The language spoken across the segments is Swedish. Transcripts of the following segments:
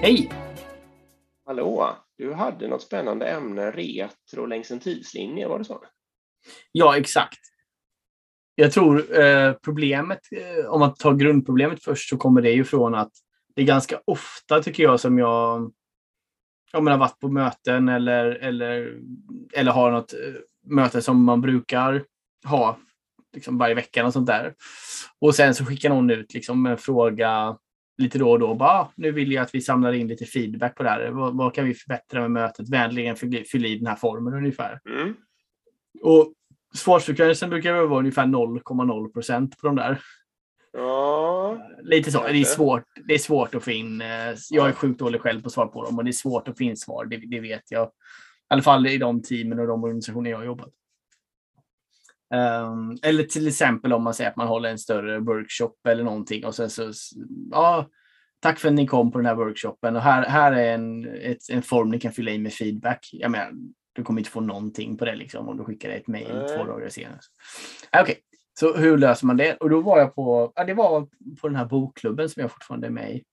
Hej! Hallå, du hade något spännande ämne, retro längs en tidslinje, var det så? Ja, exakt. Jag tror problemet, om man tar grundproblemet först, så kommer det ju från att det är ganska ofta, tycker jag, som jag har varit på möten eller har något möte som man brukar ha liksom varje vecka och sånt där. Och sen så skickar någon ut liksom en fråga lite då och då. Bara, nu vill jag att vi samlar in lite feedback på det här. Vad kan vi förbättra med mötet? Vänligen fylla i den här formen ungefär. Mm. Och svarsfrekvensen brukar vara ungefär 0,0% på de där. Ja, lite så. kanske. Det är svårt att få in. Jag är sjukt dålig själv på svar på dem. Och det är svårt att få in svar. Det vet jag. I alla fall i de teamen och de organisationer jag har jobbat. Eller till exempel om man säger att man håller en större workshop eller någonting. Och sen så, ja, tack för att ni kom på den här workshopen. Och här är en form ni kan fylla in med feedback. Jag menar, du kommer inte få någonting på det liksom, om du skickar ett mejl 2 dagar senare. Okej, så hur löser man det? Och då var jag det var på den här bokklubben som jag fortfarande är med i.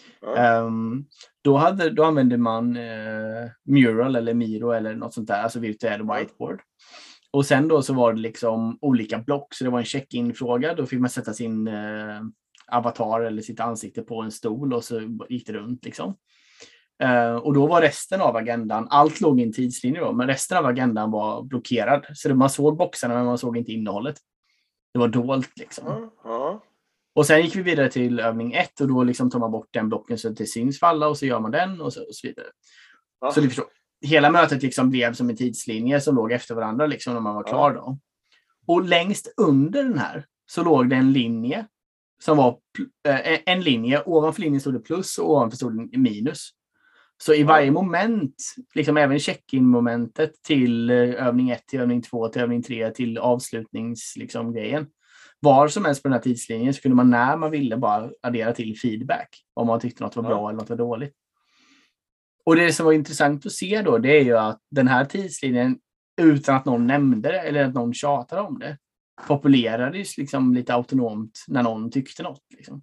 Då använde man Mural eller Miro eller något sånt där, alltså virtuell whiteboard. Och sen då så var det liksom olika block, så det var en check-in-fråga. Då fick man sätta sin avatar eller sitt ansikte på en stol och så gick det runt liksom. Och då var resten av agendan, allt låg i en tidslinje då, men resten av agendan var blockerad. Så man såg boxarna men man såg inte innehållet. Det var dolt liksom. Och sen gick vi vidare till övning 1 och då liksom tar man bort den blocken så att det syns för alla och så gör man den och så vidare. Så du förstår. Hela mötet liksom blev som en tidslinje som låg efter varandra liksom när man var klar då. Och längst under den här så låg det en linje som var en linje. Ovanför linjen stod det plus och ovanför stod det minus. Så i varje moment, liksom även check-in-momentet till övning 1, till övning 2, till övning 3, till avslutningsgrejen. Liksom, var som helst på den här tidslinjen så kunde man när man ville bara addera till feedback. Om man tyckte något var bra eller något var dåligt. Och det som var intressant att se då, det är ju att den här tidslinjen, utan att någon nämnde det eller att någon tjatade om det, populerades liksom lite autonomt när någon tyckte något. Liksom.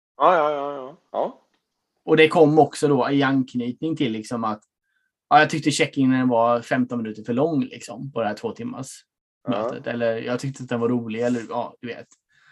Ja. Och det kom också då i anknytning till liksom att jag tyckte check-inen var 15 minuter för lång liksom, på det här 2 timmars mötet. Eller jag tyckte att den var rolig, eller du vet.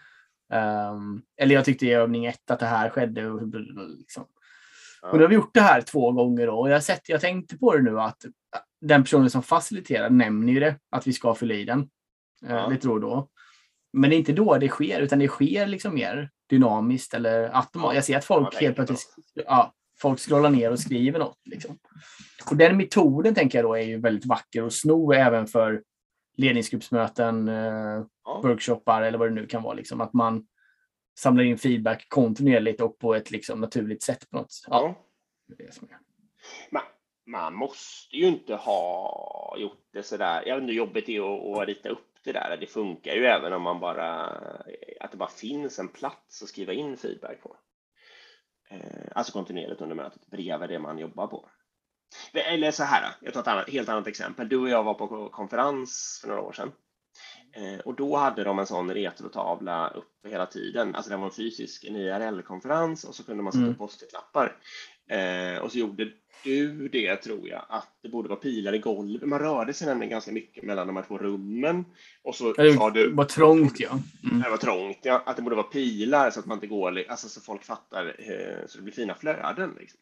Eller jag tyckte i övning 1 att det här skedde. Liksom. Och då har vi gjort det här 2 gånger då. Och jag tänkte på det nu att den personen som faciliterar nämner ju det, att vi ska fylla i den. Det tror då. Men det är inte då det sker, utan det sker liksom mer dynamiskt eller automatiskt. Jag ser att folk helt plötsligt folk scrollar ner och skriver något. Liksom. Och den metoden tänker jag då är ju väldigt vacker att sno även för ledningsgruppsmöten, workshoppar eller vad det nu kan vara. Liksom. Att man samlar in feedback kontinuerligt och på ett liksom naturligt sätt på något. Det är det som är. Man måste ju inte ha gjort det sådär. Jag vet inte hur jobbigt det är att rita upp det där. Det funkar ju även om man att det bara finns en plats att skriva in feedback på. Alltså kontinuerligt under mötet bredvid det man jobbar på. Eller så här, jag tar ett helt annat exempel. Du och jag var på konferens för några år sedan. Och då hade de en sån retrotavla uppe hela tiden. Alltså det var en fysisk IRL-konferens och så kunde man sätta upp post-it-lappar. Och så gjorde du det, tror jag, att det borde vara pilar i golvet. Man rörde sig nämligen ganska mycket mellan de här 2 rummen. Och så sa du... Det var trångt, ja. Det var trångt, ja. Att det borde vara pilar så att man inte går... Alltså så folk fattar, så det blir fina flöden. Liksom.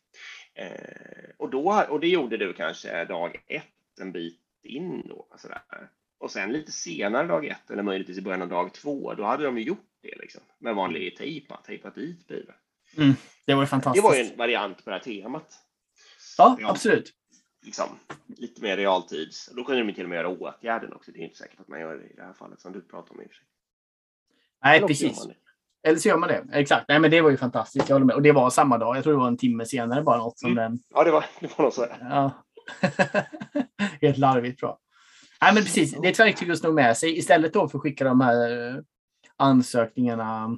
Och det gjorde du kanske dag 1, en bit in då. Alltså där. Och sen lite senare dag 1, eller möjligtvis i början av dag 2, då hade de ju gjort det liksom. Med vanlig tejpat dit bilar. Det var ju fantastiskt. Det var ju en variant på det här temat. Ja, absolut. Liksom, lite mer realtids. Då kunde de till och med göra åtgärden också. Det är inte säkert att man gör det i det här fallet som du pratar om i och för sig. Nej, precis. Eller så gör man det. Exakt. Nej, men det var ju fantastiskt. Jag håller med. Och det var samma dag. Jag tror det var en timme senare bara något som den. Ja, det var något sådär. Ja. Helt larvigt bra. Nej, men precis. Det är ett verktyg att sno med sig. Istället då för att skicka de här ansökningarna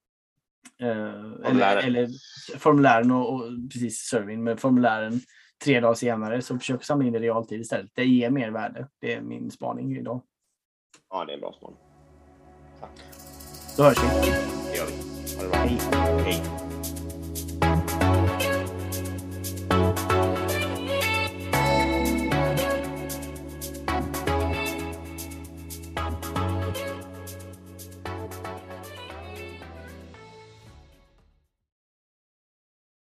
eller formulären och precis surveyn med formulären 3 dagar senare, så försök samla in det i realtid istället. Det ger mer värde. Det är min spaning idag. Ja, det är en bra spaning. Tack. Då hörs vi. Det gör vi.